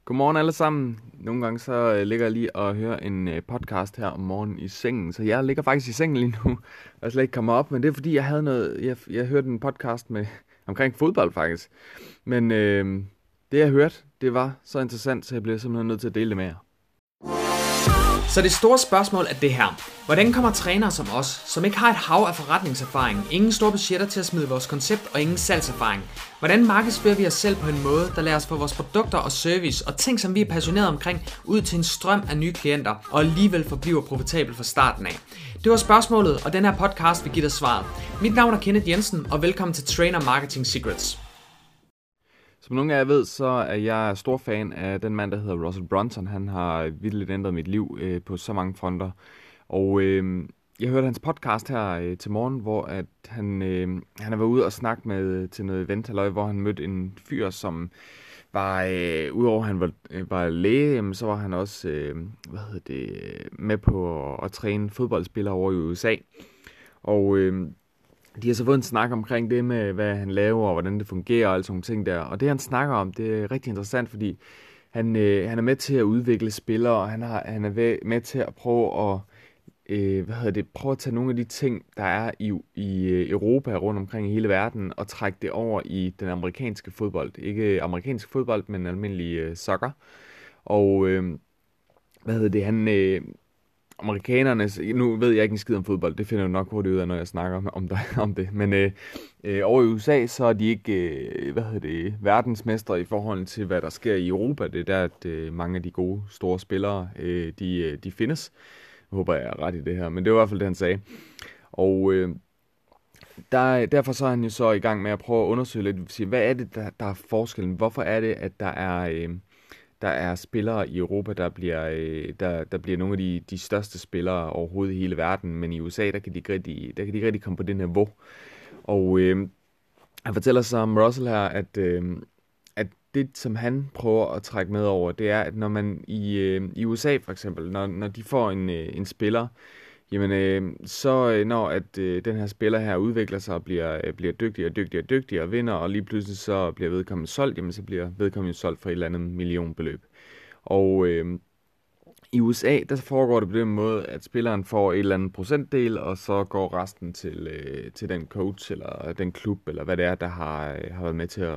Godmorgen alle sammen. Nogle gange så ligger jeg lige og hører en podcast her om morgenen i sengen. Så jeg ligger faktisk i sengen lige nu, og er slet ikke kommet op. Men det er fordi, jeg havde noget. Jeg hørte en podcast omkring fodbold faktisk. Men det jeg hørte, det var så interessant, så jeg blev simpelthen nødt til at dele det med jer. Så det store spørgsmål er det her. Hvordan kommer trænere som os, som ikke har et hav af forretningserfaring, ingen store budgetter til at smide vores koncept og ingen salgserfaring, hvordan markedsfører vi os selv på en måde, der lader os få vores produkter og service og ting, som vi er passionerede omkring, ud til en strøm af nye klienter og alligevel forbliver profitabel fra starten af? Det var spørgsmålet, og den her podcast vil give dig svaret. Mit navn er Kenneth Jensen, og velkommen til Trainer Marketing Secrets. Som nogle af jer ved, så er jeg stor fan af den mand, der hedder Russell Brunson. Han har virkelig ændret mit liv på så mange fronter. Og jeg hørte hans podcast her til morgen, hvor at han har været ude og snakke til noget event, hvor han mødte en fyr, som var, udover at han var læge, så var han også med på at træne fodboldspillere over i USA. Og de har så fået en snak omkring det med, hvad han laver, og hvordan det fungerer, og alle sådan nogle ting der. Og det, han snakker om, det er rigtig interessant, fordi han er med til at udvikle spillere, og han er med til at prøve at tage nogle af de ting, der er i Europa rundt omkring i hele verden, og trække det over i den amerikanske fodbold. Ikke amerikansk fodbold, men almindelig soccer. Og amerikanerne, nu ved jeg ikke en skid om fodbold, det finder jeg nok hurtigt ud af, når jeg snakker om det, men over i USA, så er de ikke, verdensmestre i forhold til, hvad der sker i Europa. Det er der, at mange af de gode, store spillere, de findes. Jeg håber, jeg er ret i det her, men det var i hvert fald det, han sagde. Og derfor så er han jo så i gang med at prøve at undersøge lidt, sige, hvad er det, der er forskellen? Hvorfor er det, at der er spillere i Europa, der bliver nogle af de største spillere overhovedet i hele verden, men i USA, der kan de ikke rigtig komme på det niveau. Og han fortæller så om Russell her, at det, som han prøver at trække med over, det er, at når man i USA for eksempel, når de får en spiller, jamen så når den her spiller her udvikler sig og bliver dygtigere og vinder, og lige pludselig så bliver vedkommende solgt, jamen så bliver vedkommende solgt for et eller andet millionbeløb. Og i USA, der foregår det på den måde, at spilleren får et eller andet procentdel, og så går resten til den coach eller den klub, eller hvad det er, der har været med til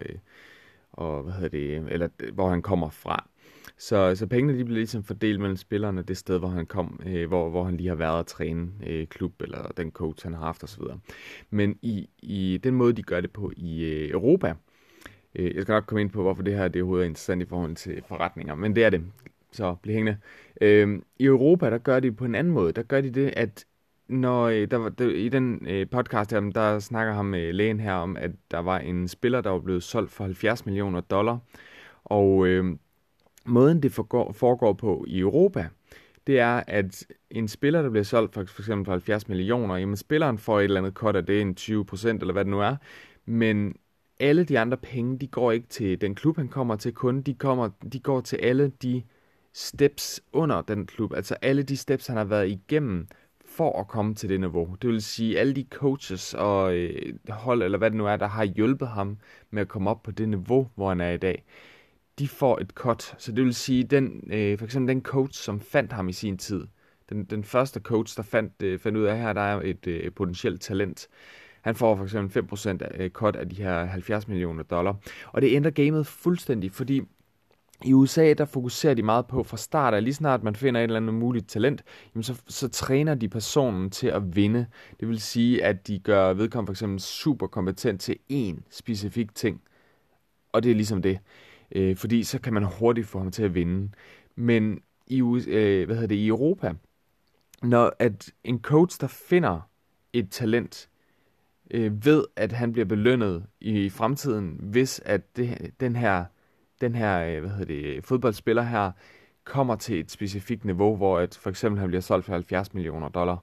eller hvor han kommer fra. Så pengene de bliver ligesom fordelt mellem spillerne det sted, hvor han kom, hvor han lige har været at træne klub, eller den coach, han har haft osv. Men i den måde, de gør det på i Europa, jeg skal nok komme ind på, hvorfor det her det overhovedet er interessant i forhold til forretninger, men det er det. Så bliv hængende. I Europa, der gør de på en anden måde. Der gør de det, at når i den podcast her, der snakker ham lægen her om, at der var en spiller, der var blevet solgt for $70 millioner. Og måden det foregår på i Europa, det er, at en spiller, der bliver solgt for eksempel for 70 millioner, jamen spilleren får et eller andet cut af det, en 20%, eller hvad det nu er, men alle de andre penge, de går ikke til den klub, han kommer til kun, de går til alle de steps under den klub, altså alle de steps, han har været igennem for at komme til det niveau. Det vil sige, alle de coaches og hold, eller hvad det nu er, der har hjulpet ham med at komme op på det niveau, hvor han er i dag, de får et cut. Så det vil sige, for eksempel den coach, som fandt ham i sin tid, den første coach, der fandt ud af her, der er et potentielt talent, han får for eksempel 5% af cut af de her $70 millioner. Og det ændrer gamet fuldstændig, fordi i USA, der fokuserer de meget på fra start af, lige snart man finder et eller andet muligt talent, jamen så træner de personen til at vinde. Det vil sige, at de gør vedkommende for eksempel super kompetent til én specifik ting. Og det er ligesom det. Fordi så kan man hurtigt få ham til at vinde. Men i Europa, når at en coach, der finder et talent, ved at han bliver belønnet i fremtiden, hvis at den her fodboldspiller her kommer til et specifikt niveau, hvor at for eksempel han bliver solgt for $70 millioner.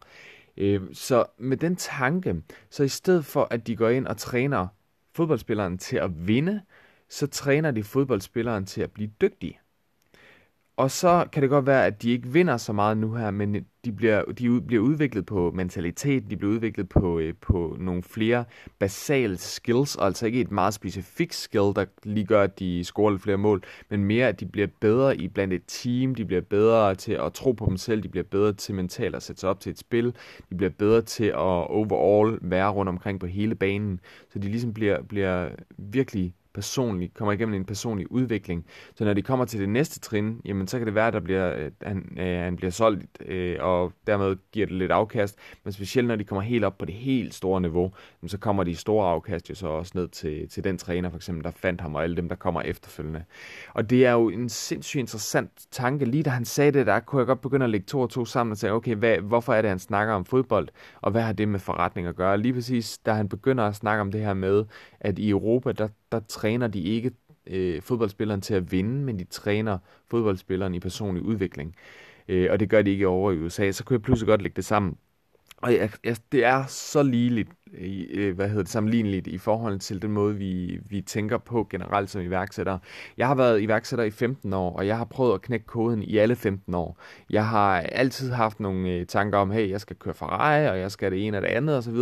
Så med den tanke, så i stedet for at de går ind og træner fodboldspilleren til at vinde, så træner de fodboldspilleren til at blive dygtig. Og så kan det godt være, at de ikke vinder så meget nu her, men de bliver udviklet på mentalitet, de bliver udviklet på nogle flere basale skills, altså ikke et meget specifikt skill, der lige gør, at de scorer lidt flere mål, men mere, at de bliver bedre i blandt et team, de bliver bedre til at tro på dem selv, de bliver bedre til mentalt at sætte sig op til et spil, de bliver bedre til at overall være rundt omkring på hele banen, så de ligesom bliver virkelig kommer igennem en personlig udvikling. Så når de kommer til det næste trin, jamen så kan det være, at han bliver solgt, og dermed giver det lidt afkast. Men specielt når de kommer helt op på det helt store niveau, jamen, så kommer de store afkast jo så også ned til den træner, for eksempel, der fandt ham, og alle dem, der kommer efterfølgende. Og det er jo en sindssygt interessant tanke. Lige da han sagde det, der kunne jeg godt begynde at lægge 2 og 2 sammen og sige, okay, hvorfor er det, han snakker om fodbold, og hvad har det med forretning at gøre? Lige præcis, da han begynder at snakke om det her med, at i Europa, der træner de ikke fodboldspilleren til at vinde, men de træner fodboldspilleren i personlig udvikling. Og det gør de ikke over i USA. Så kunne jeg pludselig godt lægge det sammen. Og det er så ligeligt, sammenligneligt i forhold til den måde, vi tænker på generelt som iværksættere. Jeg har været iværksætter i 15 år, og jeg har prøvet at knække koden i alle 15 år. Jeg har altid haft nogle tanker om, hey, jeg skal køre Ferrari, og jeg skal det ene og det andet osv.,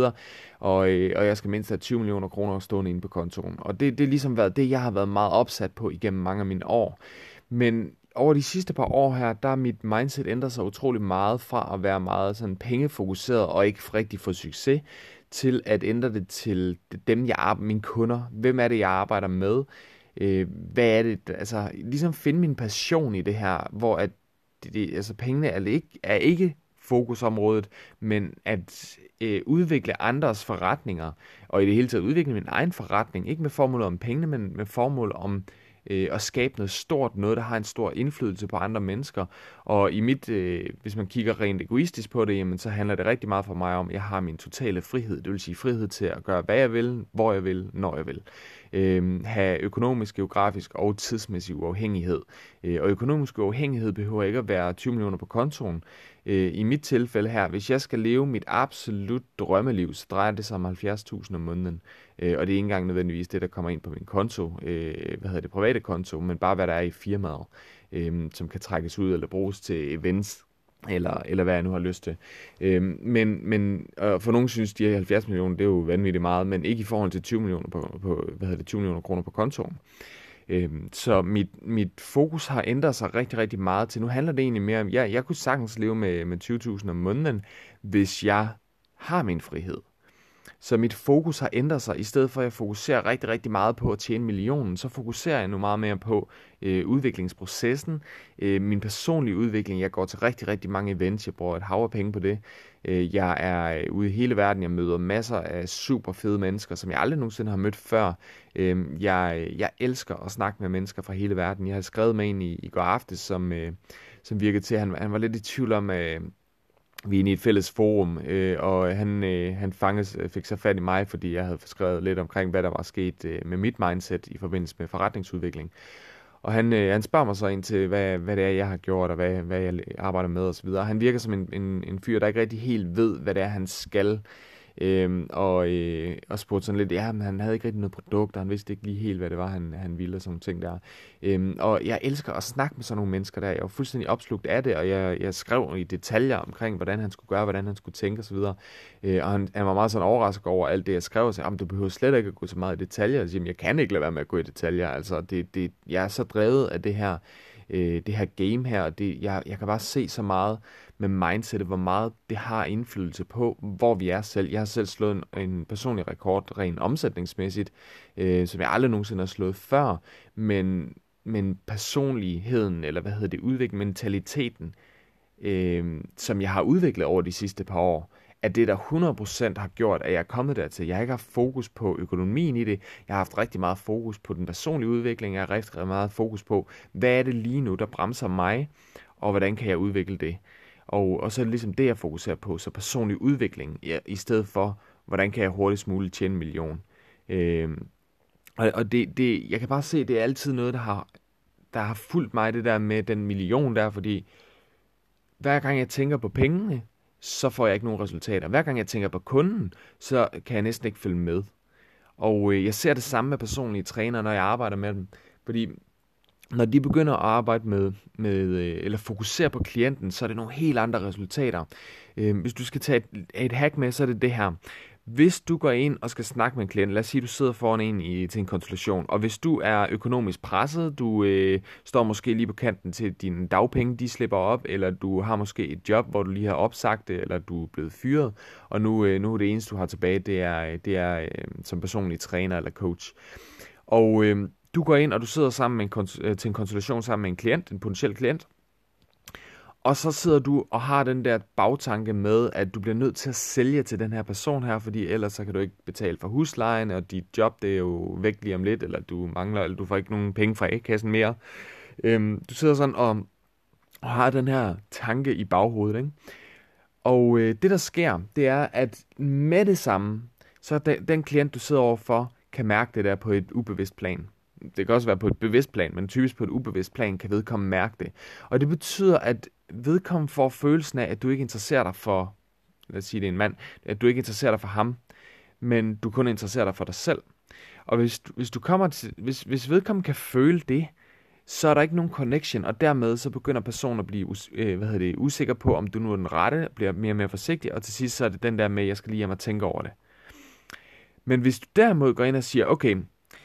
og jeg skal mindst have 20 millioner kroner stående inde på kontoen. Og det er ligesom været det, jeg har været meget opsat på igennem mange af mine år. Men over de sidste par år her, der er mit mindset ændret sig utrolig meget fra at være meget sådan pengefokuseret og ikke rigtig få succes, til at ændre det til dem, mine kunder. Hvem er det, jeg arbejder med? Hvad er det? Altså, ligesom finde min passion i det her, hvor at altså pengene er ikke fokusområdet, men at udvikle andres forretninger, og i det hele taget udvikle min egen forretning, ikke med formål om pengene, men med formål om at skabe noget stort, noget der har en stor indflydelse på andre mennesker. Og hvis man kigger rent egoistisk på det, jamen, så handler det rigtig meget for mig om, at jeg har min totale frihed, det vil sige frihed til at gøre, hvad jeg vil, hvor jeg vil, når jeg vil. Have økonomisk, geografisk og tidsmæssig uafhængighed. Og økonomisk uafhængighed behøver ikke at være 20 millioner på kontoen. I mit tilfælde her, hvis jeg skal leve mit absolut drømmeliv, så drejer det sig om 70.000 om måneden. Og det er ikke engang nødvendigvis det, der kommer ind på min konto, private konto, men bare hvad der er i firmaet, som kan trækkes ud eller bruges til events, eller hvad jeg nu har lyst til. Men for nogen synes, de her 70 millioner, det er jo vanvittigt meget, men ikke i forhold til 20 millioner 20 millioner kroner på kontoen. Så mit fokus har ændret sig rigtig, rigtig meget til. Nu handler det egentlig mere om, jeg kunne sagtens leve med 20.000 om måneden, hvis jeg har min frihed. Så mit fokus har ændret sig. I stedet for at jeg fokuserer rigtig, rigtig meget på at tjene millionen, så fokuserer jeg nu meget mere på udviklingsprocessen, min personlige udvikling. Jeg går til rigtig, rigtig mange events. Jeg bruger et hav af penge på det. Jeg er ude i hele verden. Jeg møder masser af super fede mennesker, som jeg aldrig nogensinde har mødt før. Jeg elsker at snakke med mennesker fra hele verden. Jeg har skrevet med en i går aftes, som virkede til, han var lidt i tvivl om, vi er inde i et fælles forum, og han fik så fat i mig, fordi jeg havde skrevet lidt omkring, hvad der var sket med mit mindset i forbindelse med forretningsudvikling. Og han spørger mig så ind til, hvad det er, jeg har gjort, og hvad jeg arbejder med osv. Han virker som en fyr, der ikke rigtig helt ved, hvad det er, han skal. Og spurgte sådan lidt, men han havde ikke rigtig noget produkt, og han vidste ikke lige helt, hvad det var, han ville, og sådan nogle ting der. Og jeg elsker at snakke med sådan nogle mennesker der. Jeg var fuldstændig opslugt af det, og jeg skrev i detaljer omkring, hvordan han skulle gøre, hvordan han skulle tænke osv. Og han var meget sådan overrasket over alt det, jeg skrev, og sagde, du behøver slet ikke at gå så meget i detaljer. Jeg siger, jeg kan ikke lade være med at gå i detaljer. Altså, jeg er så drevet af det her game her, og jeg kan bare se så meget med mindsetet, hvor meget det har indflydelse på, hvor vi er selv. Jeg har selv slået en personlig rekord, rent omsætningsmæssigt, som jeg aldrig nogensinde har slået før, men personligheden, eller udvikling, mentaliteten, som jeg har udviklet over de sidste par år, at det der 100% har gjort, at jeg er kommet dertil. Jeg har ikke haft fokus på økonomien i det. Jeg har haft rigtig meget fokus på den personlige udvikling. Jeg har rigtig meget fokus på, hvad er det lige nu, der bremser mig, og hvordan kan jeg udvikle det. Og så er det ligesom det, jeg fokuserer på. Så personlig udvikling, i stedet for, hvordan kan jeg hurtigst muligt tjene 1 million. Og jeg kan bare se, det er altid noget, der har fulgt mig, det der med den million der, fordi hver gang jeg tænker på pengene, så får jeg ikke nogen resultater. Hver gang jeg tænker på kunden, så kan jeg næsten ikke følge med. Og jeg ser det samme med personlige trænere, når jeg arbejder med dem. Fordi når de begynder at arbejde eller fokusere på klienten, så er det nogle helt andre resultater. Hvis du skal tage et hack med, så er det det her. Hvis du går ind og skal snakke med en klient, lad os sige, du sidder foran en til en konsultation, og hvis du er økonomisk presset, du står måske lige på kanten til dine dagpenge, de slipper op, eller du har måske et job, hvor du lige har opsagt det, eller du er blevet fyret, og nu er det eneste, du har tilbage, det er som personlig træner eller coach. Og du går ind, og du sidder sammen til en konsultation sammen med en klient, en potentiel klient, og så sidder du og har den der bagtanke med, at du bliver nødt til at sælge til den her person her, fordi ellers så kan du ikke betale for huslejen, og dit job det er jo væk lige om lidt, eller du mangler, eller du får ikke nogen penge fra A-kassen mere. Du sidder sådan og har den her tanke i baghovedet, ikke? Og det der sker, det er, at med det samme, så den klient, du sidder overfor, kan mærke det der på et ubevidst plan. Det kan også være på et bevidst plan, men typisk på et ubevidst plan kan vedkommende mærke det. Og det betyder, at vedkommende får følelsen af, at du ikke interesserer dig for, lad os sige det er en mand, at du ikke interesserer dig for ham, men du kun interesserer dig for dig selv. Og hvis vedkommende kan føle det, så er der ikke nogen connection, og dermed så begynder personen at blive usikker på, om du nu er den rette, bliver mere og mere forsigtig, og til sidst så er det den der med, jeg skal lige hjem og tænke over det. Men hvis du derimod går ind og siger, okay,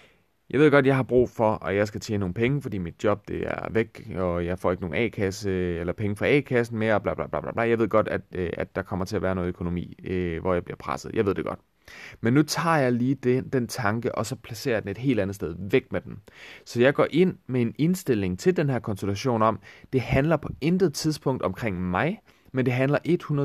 jeg ved godt, jeg har brug for, at jeg skal tjene nogle penge, fordi mit job det er væk, og jeg får ikke nogen A-kasse eller penge fra A-kassen mere, bla bla bla bla bla. Jeg ved godt, at der kommer til at være noget økonomi, hvor jeg bliver presset. Jeg ved det godt. Men nu tager jeg lige den tanke, og så placerer jeg den et helt andet sted. Væk med den. Så jeg går ind med en indstilling til den her konsultation om, det handler på intet tidspunkt omkring mig, men det handler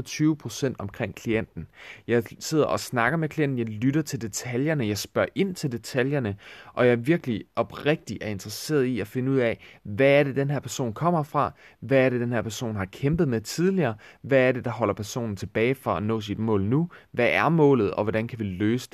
120% omkring klienten. Jeg sidder og snakker med klienten, jeg lytter til detaljerne, jeg spørger ind til detaljerne, og jeg virkelig oprigtigt er interesseret i at finde ud af, hvad er det, den her person kommer fra, hvad er det, den her person har kæmpet med tidligere, hvad er det, der holder personen tilbage fra at nå sit mål nu, hvad er målet, og hvordan kan vi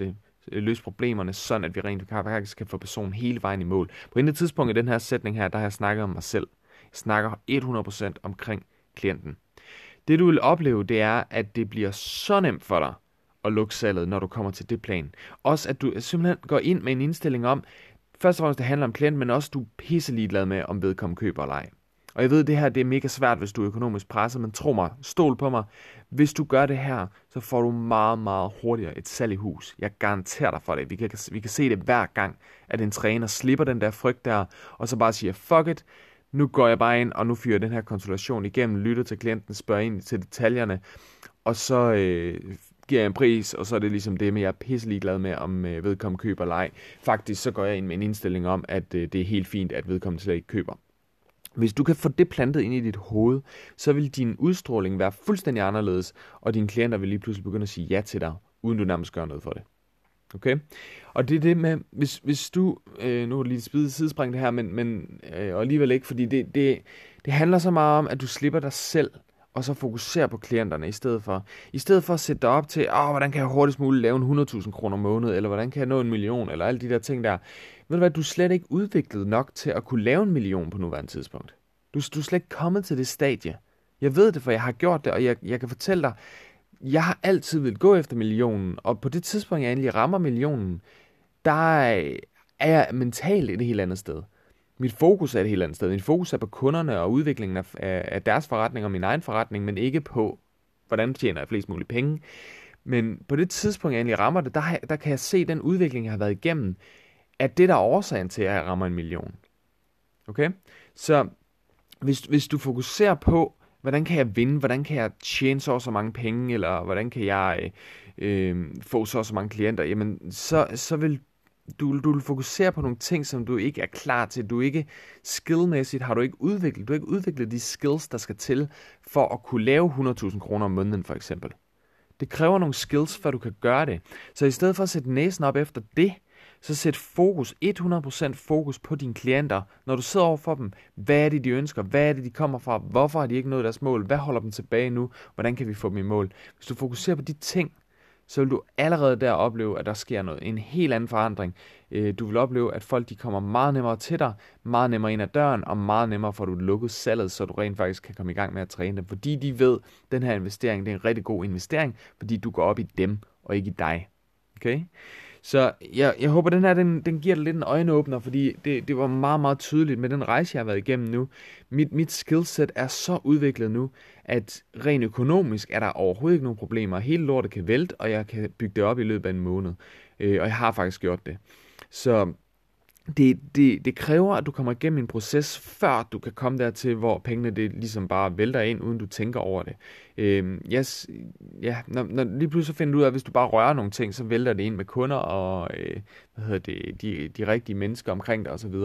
løse problemerne, sådan at vi rent faktisk kan få personen hele vejen i mål. På intet tidspunkt i den her sætning her, der har jeg snakket om mig selv. Jeg snakker 100% omkring klienten. Det du vil opleve, det er, at det bliver så nemt for dig at lukke salget, når du kommer til det plan. Også at du simpelthen går ind med en indstilling om, først og fremmest det handler om klienten, men også du er pisse ligeglad med, om vedkommende køber eller ej. Og jeg ved, det her det er mega svært, hvis du er økonomisk presset, men tro mig, stol på mig. Hvis du gør det her, så får du meget, meget hurtigere et salg i hus. Jeg garanterer dig for det. Vi kan se det hver gang, at en træner slipper den der frygt der, og så bare siger, fuck it. Nu går jeg bare ind, og nu fyrer den her konsultation igennem, lytter til klienten, spørger ind til detaljerne, og så giver jeg en pris, og så er det ligesom det, men jeg er pisselig glad med, om vedkommende køber eller ej. Faktisk så går jeg ind med en indstilling om, at det er helt fint, at vedkommende slet ikke køber. Hvis du kan få det plantet ind i dit hoved, så vil din udstråling være fuldstændig anderledes, og dine klienter vil lige pludselig begynde at sige ja til dig, uden du nærmest gør noget for det. Okay? Og det er det med, hvis du, nu er det lige sidespring det her, men og alligevel ikke, fordi det handler så meget om, at du slipper dig selv, og så fokuserer på klienterne i stedet for. I stedet for at sætte dig op til, hvordan kan jeg hurtigst muligt lave 100.000 kroner om måneden, eller hvordan kan jeg nå 1 million, eller alle de der ting der. Ved du hvad, du er slet ikke udviklet nok til at kunne lave 1 million på nuværende tidspunkt. Du er slet ikke kommet til det stadie. Jeg ved det, for jeg har gjort det, og jeg kan fortælle dig, jeg har altid vil gå efter millionen, og på det tidspunkt, jeg endelig rammer millionen, der er jeg mentalt et helt andet sted. Mit fokus er et helt andet sted. Mit fokus er på kunderne og udviklingen af deres forretning og min egen forretning, men ikke på, hvordan tjener jeg flest mulige penge. Men på det tidspunkt, jeg endelig rammer det, der kan jeg se den udvikling, jeg har været igennem, at det der er årsagen til, at jeg rammer 1 million. Okay? Så hvis du fokuserer på, hvordan kan jeg vinde, hvordan kan jeg tjene så mange penge, eller hvordan kan jeg få så mange klienter, jamen så vil du vil fokusere på nogle ting, som du ikke er klar til. Du ikke skillmæssigt har du ikke udviklet de skills, der skal til for at kunne lave 100.000 kroner om måneden for eksempel. Det kræver nogle skills, før du kan gøre det. Så i stedet for at sætte næsen op efter det, så sæt 100% fokus på dine klienter. Når du sidder over for dem, hvad er det, de ønsker? Hvad er det, de kommer fra? Hvorfor har de ikke nået deres mål? Hvad holder dem tilbage nu? Hvordan kan vi få dem i mål? Hvis du fokuserer på de ting, så vil du allerede der opleve, at der sker noget. En helt anden forandring. Du vil opleve, at folk de kommer meget nemmere til dig, meget nemmere ind ad døren, og meget nemmere får du lukket salget, så du rent faktisk kan komme i gang med at træne dem. Fordi de ved, at den her investering det er en rigtig god investering, fordi du går op i dem og ikke i dig. Okay? Så jeg håber, den her, den giver dig lidt en øjenåbner, fordi det var meget, meget tydeligt med den rejse, jeg har været igennem nu. Mit skillset er så udviklet nu, at rent økonomisk er der overhovedet ikke nogen problemer. Hele lortet kan vælte, og jeg kan bygge det op i løbet af en måned. Og jeg har faktisk gjort det. Så det kræver, at du kommer igennem en proces, før du kan komme dertil, hvor pengene det ligesom bare vælter ind, uden du tænker over det. Når lige pludselig finder du ud af, at hvis du bare rører nogle ting, så vælter det ind med kunder og de rigtige mennesker omkring dig osv.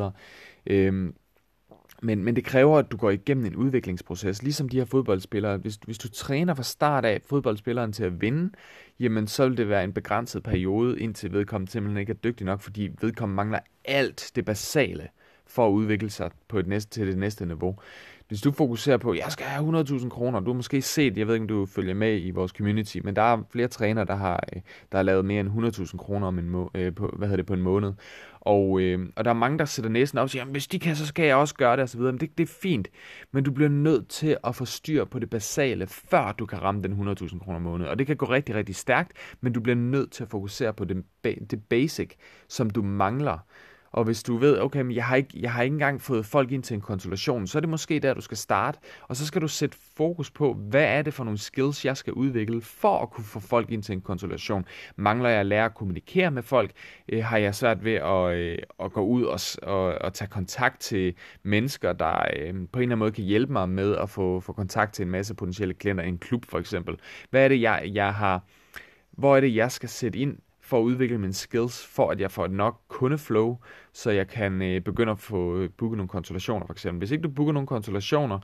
Men det kræver, at du går igennem en udviklingsproces, ligesom de her fodboldspillere. Hvis du træner fra start af fodboldspilleren til at vinde, jamen så vil det være en begrænset periode, indtil vedkommende simpelthen ikke er dygtig nok, fordi vedkommende mangler alt det basale for at udvikle sig til det næste niveau. Hvis du fokuserer på, jeg skal have 100.000 kroner, du har måske set, jeg ved ikke, om du følger med i vores community, men der er flere trænere, der har lavet mere end 100.000 kroner om på en måned. Og der er mange, der sætter næsen op og siger, jamen, hvis de kan, så skal jeg også gøre det, og så videre. Men det er fint, men du bliver nødt til at få styr på det basale, før du kan ramme den 100.000 kroner om måneden. Og det kan gå rigtig, rigtig stærkt, men du bliver nødt til at fokusere på det basic, som du mangler. Og hvis du ved, okay, men jeg har ikke engang fået folk ind til en konsultation, så er det måske der, du skal starte. Og så skal du sætte fokus på, hvad er det for nogle skills, jeg skal udvikle, for at kunne få folk ind til en konsultation. Mangler jeg at lære at kommunikere med folk? Har jeg svært ved at gå ud og tage kontakt til mennesker, der på en eller anden måde kan hjælpe mig med at få kontakt til en masse potentielle klienter i en klub, for eksempel? Hvad er det, jeg har? Hvor er det, jeg skal sætte ind for at udvikle mine skills, for at jeg får nok kundeflow, så jeg kan begynde at få booket nogle konsultationer, for eksempel. Hvis ikke du booker nogle konsultationer,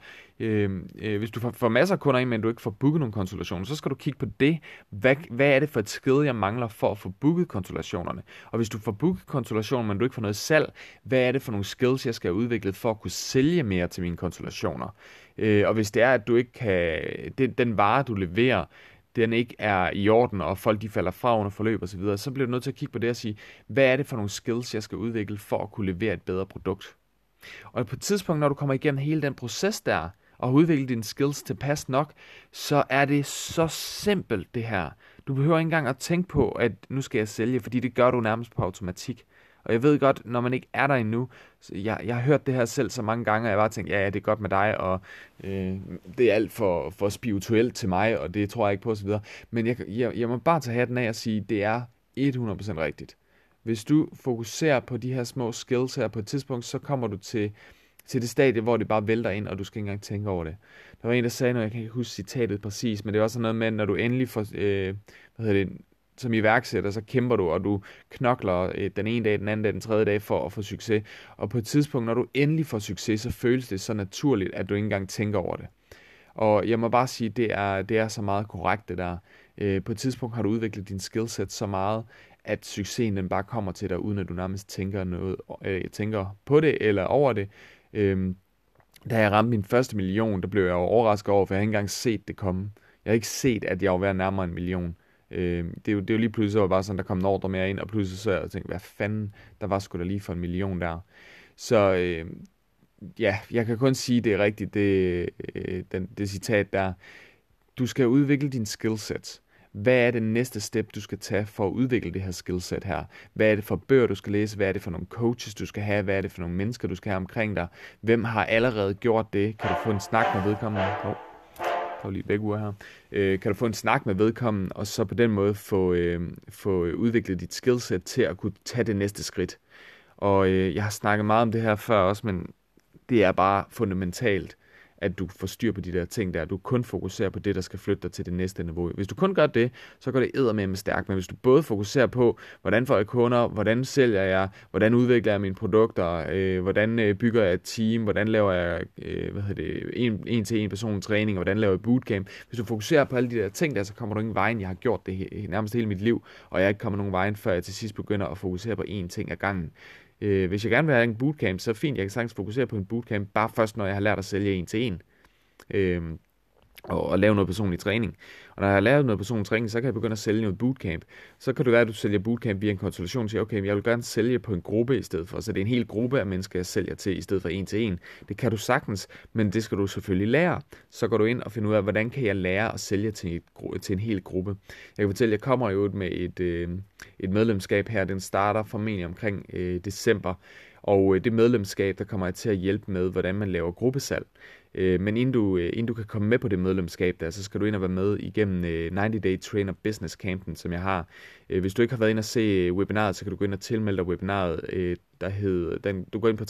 hvis du får masser af kunder ind, men du ikke får booket nogle konsultationer, så skal du kigge på det. Hvad er det for et skill, jeg mangler for at få booket konsultationerne? Og hvis du får booket konsultationer, men du ikke får noget salg, hvad er det for nogle skills, jeg skal have udviklet for at kunne sælge mere til mine konsultationer? Og hvis det er, at du ikke kan, den vare, du leverer, den ikke er i orden, og folk de falder fra under forløb og så videre, så bliver du nødt til at kigge på det og sige, hvad er det for nogle skills, jeg skal udvikle for at kunne levere et bedre produkt? Og på et tidspunkt, når du kommer igennem hele den proces der, og har udviklet dine skills tilpas nok, så er det så simpelt det her. Du behøver ikke engang at tænke på, at nu skal jeg sælge, fordi det gør du nærmest på automatik. Og jeg ved godt, når man ikke er der endnu, jeg har hørt det her selv så mange gange, og jeg bare tænkt, ja, det er godt med dig, og det er alt for spirituelt til mig, og det tror jeg ikke på osv. Men jeg må bare tage hatten af og sige, det er 100% rigtigt. Hvis du fokuserer på de her små skills her på et tidspunkt, så kommer du til det stadie, hvor det bare vælter ind, og du skal ikke engang tænke over det. Der var en, der sagde noget, jeg kan ikke huske citatet præcis, men det er også noget med, når du endelig får, som iværksætter, så kæmper du, og du knokler den ene dag, den anden dag, den tredje dag for at få succes. Og på et tidspunkt, når du endelig får succes, så føles det så naturligt, at du ikke engang tænker over det. Og jeg må bare sige, det er så meget korrekt det der. På et tidspunkt har du udviklet din skillset så meget, at succesen den bare kommer til dig, uden at du nærmest tænker på det eller over det. Da jeg ramte min første million, der blev jeg overrasket over, for jeg havde ikke engang set det komme. Jeg har ikke set, at jeg var ved at nærmere en million. Det er jo lige pludselig, så var bare sådan, der kom en ordre mere ind, og pludselig så jeg tænkte, hvad fanden, der var sgu da lige for 1 million der. Så jeg kan kun sige, det er rigtigt, det citat der. Du skal udvikle din skillset. Hvad er det næste step, du skal tage for at udvikle det her skillset her? Hvad er det for bøger, du skal læse? Hvad er det for nogle coaches, du skal have? Hvad er det for nogle mennesker, du skal have omkring dig? Hvem har allerede gjort det? Kan du få en snak med vedkommende? Kan du få en snak med vedkommende, og så på den måde få udviklet dit skillset til at kunne tage det næste skridt. Og jeg har snakket meget om det her før også, men det er bare fundamentalt, at du får styr på de der ting der. Du kun fokuserer på det, der skal flytte dig til det næste niveau. Hvis du kun gør det, så går det eddermame stærkt. Men hvis du både fokuserer på, hvordan får jeg kunder, hvordan sælger jeg, hvordan udvikler jeg mine produkter, hvordan bygger jeg et team, hvordan laver jeg en-til-en personlig træning, og hvordan laver jeg bootcamp. Hvis du fokuserer på alle de der ting der, så kommer du ingen vejen. Jeg har gjort det nærmest hele mit liv, og jeg er ikke kommet nogen vejen, før jeg til sidst begynder at fokusere på én ting ad gangen. Hvis jeg gerne vil have en bootcamp, så er fint, jeg kan sagtens fokusere på en bootcamp, bare først når jeg har lært at sælge en til en. og lave noget personlig træning. Og når jeg har lavet noget personlig træning, så kan jeg begynde at sælge noget bootcamp. Så kan det være, at du sælger bootcamp via en konsultation og siger, okay, jeg vil gerne sælge på en gruppe i stedet for. Så det er en hel gruppe af mennesker, jeg sælger til i stedet for en til en. Det kan du sagtens, men det skal du selvfølgelig lære. Så går du ind og finder ud af, hvordan kan jeg lære at sælge til en hel gruppe. Jeg kan fortælle, at jeg kommer jo med et medlemskab her. Den starter formentlig omkring december. Og det medlemskab, der kommer jeg til at hjælpe med, hvordan man laver gruppesalg. Men inden du kan komme med på det medlemskab der, så skal du ind og være med igennem 90 Day Trainer Business Campen, som jeg har. Hvis du ikke har været ind og se webinaret, så kan du gå ind og tilmelde dig webinaret, du går ind på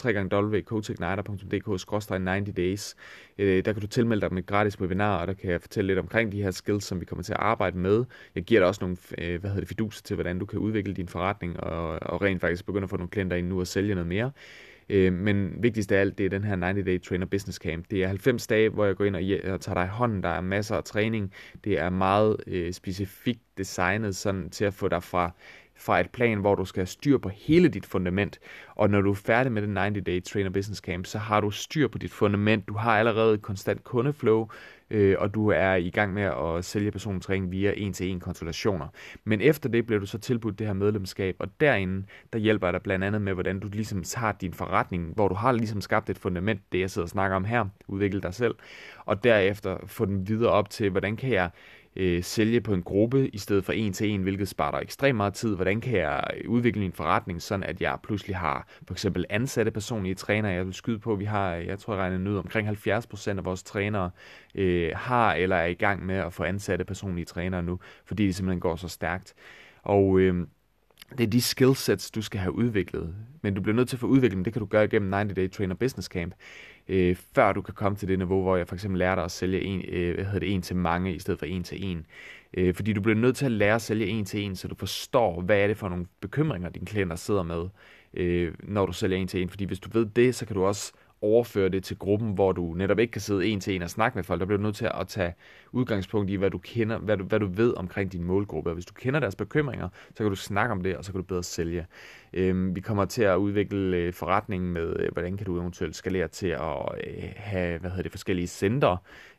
www.coachigniter.dk/90days. Der kan du tilmelde dig med et gratis webinar, og der kan jeg fortælle lidt omkring de her skills, som vi kommer til at arbejde med. Jeg giver dig også nogle fiduser til, hvordan du kan udvikle din forretning, og rent faktisk begynde at få nogle klienter ind nu og sælge noget mere. Men vigtigst af alt, det er den her 90 Day Trainer Business Camp. Det er 90 dage, hvor jeg går ind og tager dig i hånden. Der er masser af træning. Det er meget specifikt designet sådan til at få dig fra et plan, hvor du skal have styr på hele dit fundament. Og når du er færdig med den 90 Day Trainer Business Camp, så har du styr på dit fundament. Du har allerede et konstant kundeflow, og du er i gang med at sælge personlig træning via 1-til-1 konsultationer. Men efter det bliver du så tilbudt det her medlemskab, og derinde, der hjælper jeg dig blandt andet med, hvordan du ligesom har din forretning, hvor du har ligesom skabt et fundament, det jeg sidder og snakker om her, udvikle dig selv, og derefter få den videre op til, hvordan kan jeg sælge på en gruppe i stedet for 1-til-1, hvilket sparer dig ekstremt meget tid. Hvordan kan jeg udvikle min forretning, sådan at jeg pludselig har for eksempel ansatte personlige trænere. Jeg vil skyde på, at vi har, jeg tror jeg regner ud, omkring 70% af vores trænere har eller er i gang med at få ansatte personlige trænere nu, fordi det simpelthen går så stærkt. Og det er de skillsets, du skal have udviklet. Men du bliver nødt til at få udviklet dem. Det kan du gøre igennem 90 Day Trainer Business Camp, før du kan komme til det niveau, hvor jeg for eksempel lærer dig at sælge en til mange i stedet for 1-til-1. Fordi du bliver nødt til at lære at sælge 1-til-1, så du forstår, hvad er det for nogle bekymringer, dine klienter sidder med, når du sælger 1-til-1. Fordi hvis du ved det, så kan du også overføre det til gruppen, hvor du netop ikke kan sidde 1-til-1 og snakke med folk. Der bliver du nødt til at tage udgangspunkt i, hvad du kender, hvad du ved omkring din målgruppe. Og hvis du kender deres bekymringer, så kan du snakke om det, og så kan du bedre sælge. Vi kommer til at udvikle forretningen med, hvordan kan du eventuelt skalere til at have, forskellige centre,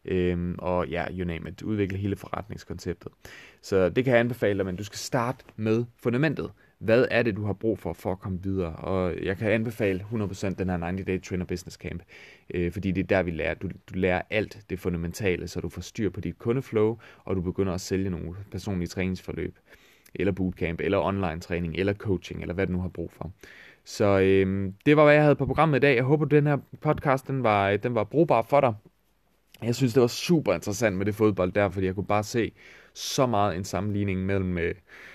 og ja, you name it, udvikle hele forretningskonceptet. Så det kan jeg anbefale dig, men du skal starte med fundamentet. Hvad er det, du har brug for at komme videre? Og jeg kan anbefale 100% den her 90 Day Trainer Business Camp, fordi det er der, vi lærer. Du lærer alt det fundamentale, så du får styr på dit kundeflow, og du begynder at sælge nogle personlige træningsforløb, eller bootcamp, eller online træning, eller coaching, eller hvad du nu har brug for. Så det var, hvad jeg havde på programmet i dag. Jeg håber, den her podcast den var brugbar for dig. Jeg synes, det var super interessant med det fodbold der, fordi jeg kunne bare se så meget en sammenligning mellem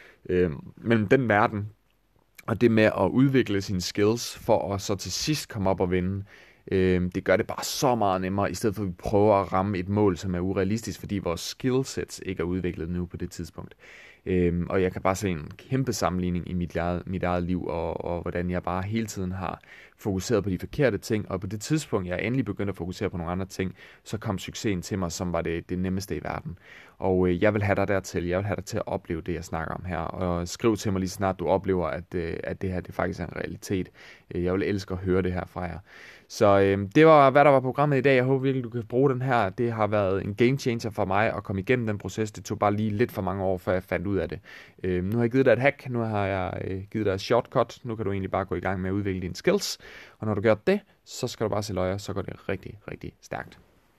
den verden og det med at udvikle sine skills for at så til sidst komme op og vinde. Det gør det bare så meget nemmere, i stedet for at vi prøver at ramme et mål, som er urealistisk, fordi vores skillsets ikke er udviklet nu på det tidspunkt. Og jeg kan bare se en kæmpe sammenligning i mit eget liv, og hvordan jeg bare hele tiden har fokuseret på de forkerte ting, og på det tidspunkt, jeg endelig begyndte at fokusere på nogle andre ting, så kom succesen til mig, som var det nemmeste i verden. Og jeg vil have dig dertil, jeg vil have dig til at opleve det, jeg snakker om her, og skriv til mig lige snart du oplever, at det her det faktisk er en realitet. Jeg vil elske at høre det her fra jer. Så det var, hvad der var programmet i dag. Jeg håber virkelig, du kan bruge den her. Det har været en game changer for mig at komme igennem den proces. Det tog bare lige lidt for mange år, før jeg fandt ud af det. Nu har jeg givet dig et hack. Nu har jeg givet dig et shortcut. Nu kan du egentlig bare gå i gang med at udvikle dine skills. Og når du gør det, så skal du bare se løjer. Så går det rigtig, rigtig stærkt.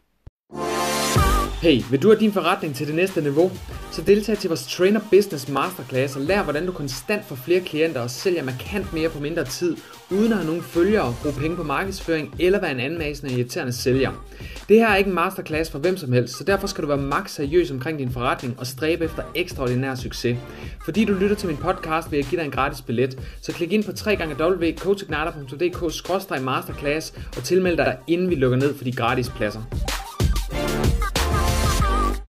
Hey, vil du have din forretning til det næste niveau? Så deltag til vores Trainer Business Masterclass og lær, hvordan du konstant får flere klienter og sælger markant mere på mindre tid, uden at have nogen følgere, bruge penge på markedsføring eller være en anmasende og irriterende sælger. Det her er ikke en masterclass for hvem som helst, så derfor skal du være maks seriøs omkring din forretning og stræbe efter ekstraordinær succes. Fordi du lytter til min podcast, vil jeg give dig en gratis billet, så klik ind på www.coachigniter.dk/masterclass og tilmeld dig, inden vi lukker ned for de gratis pladser.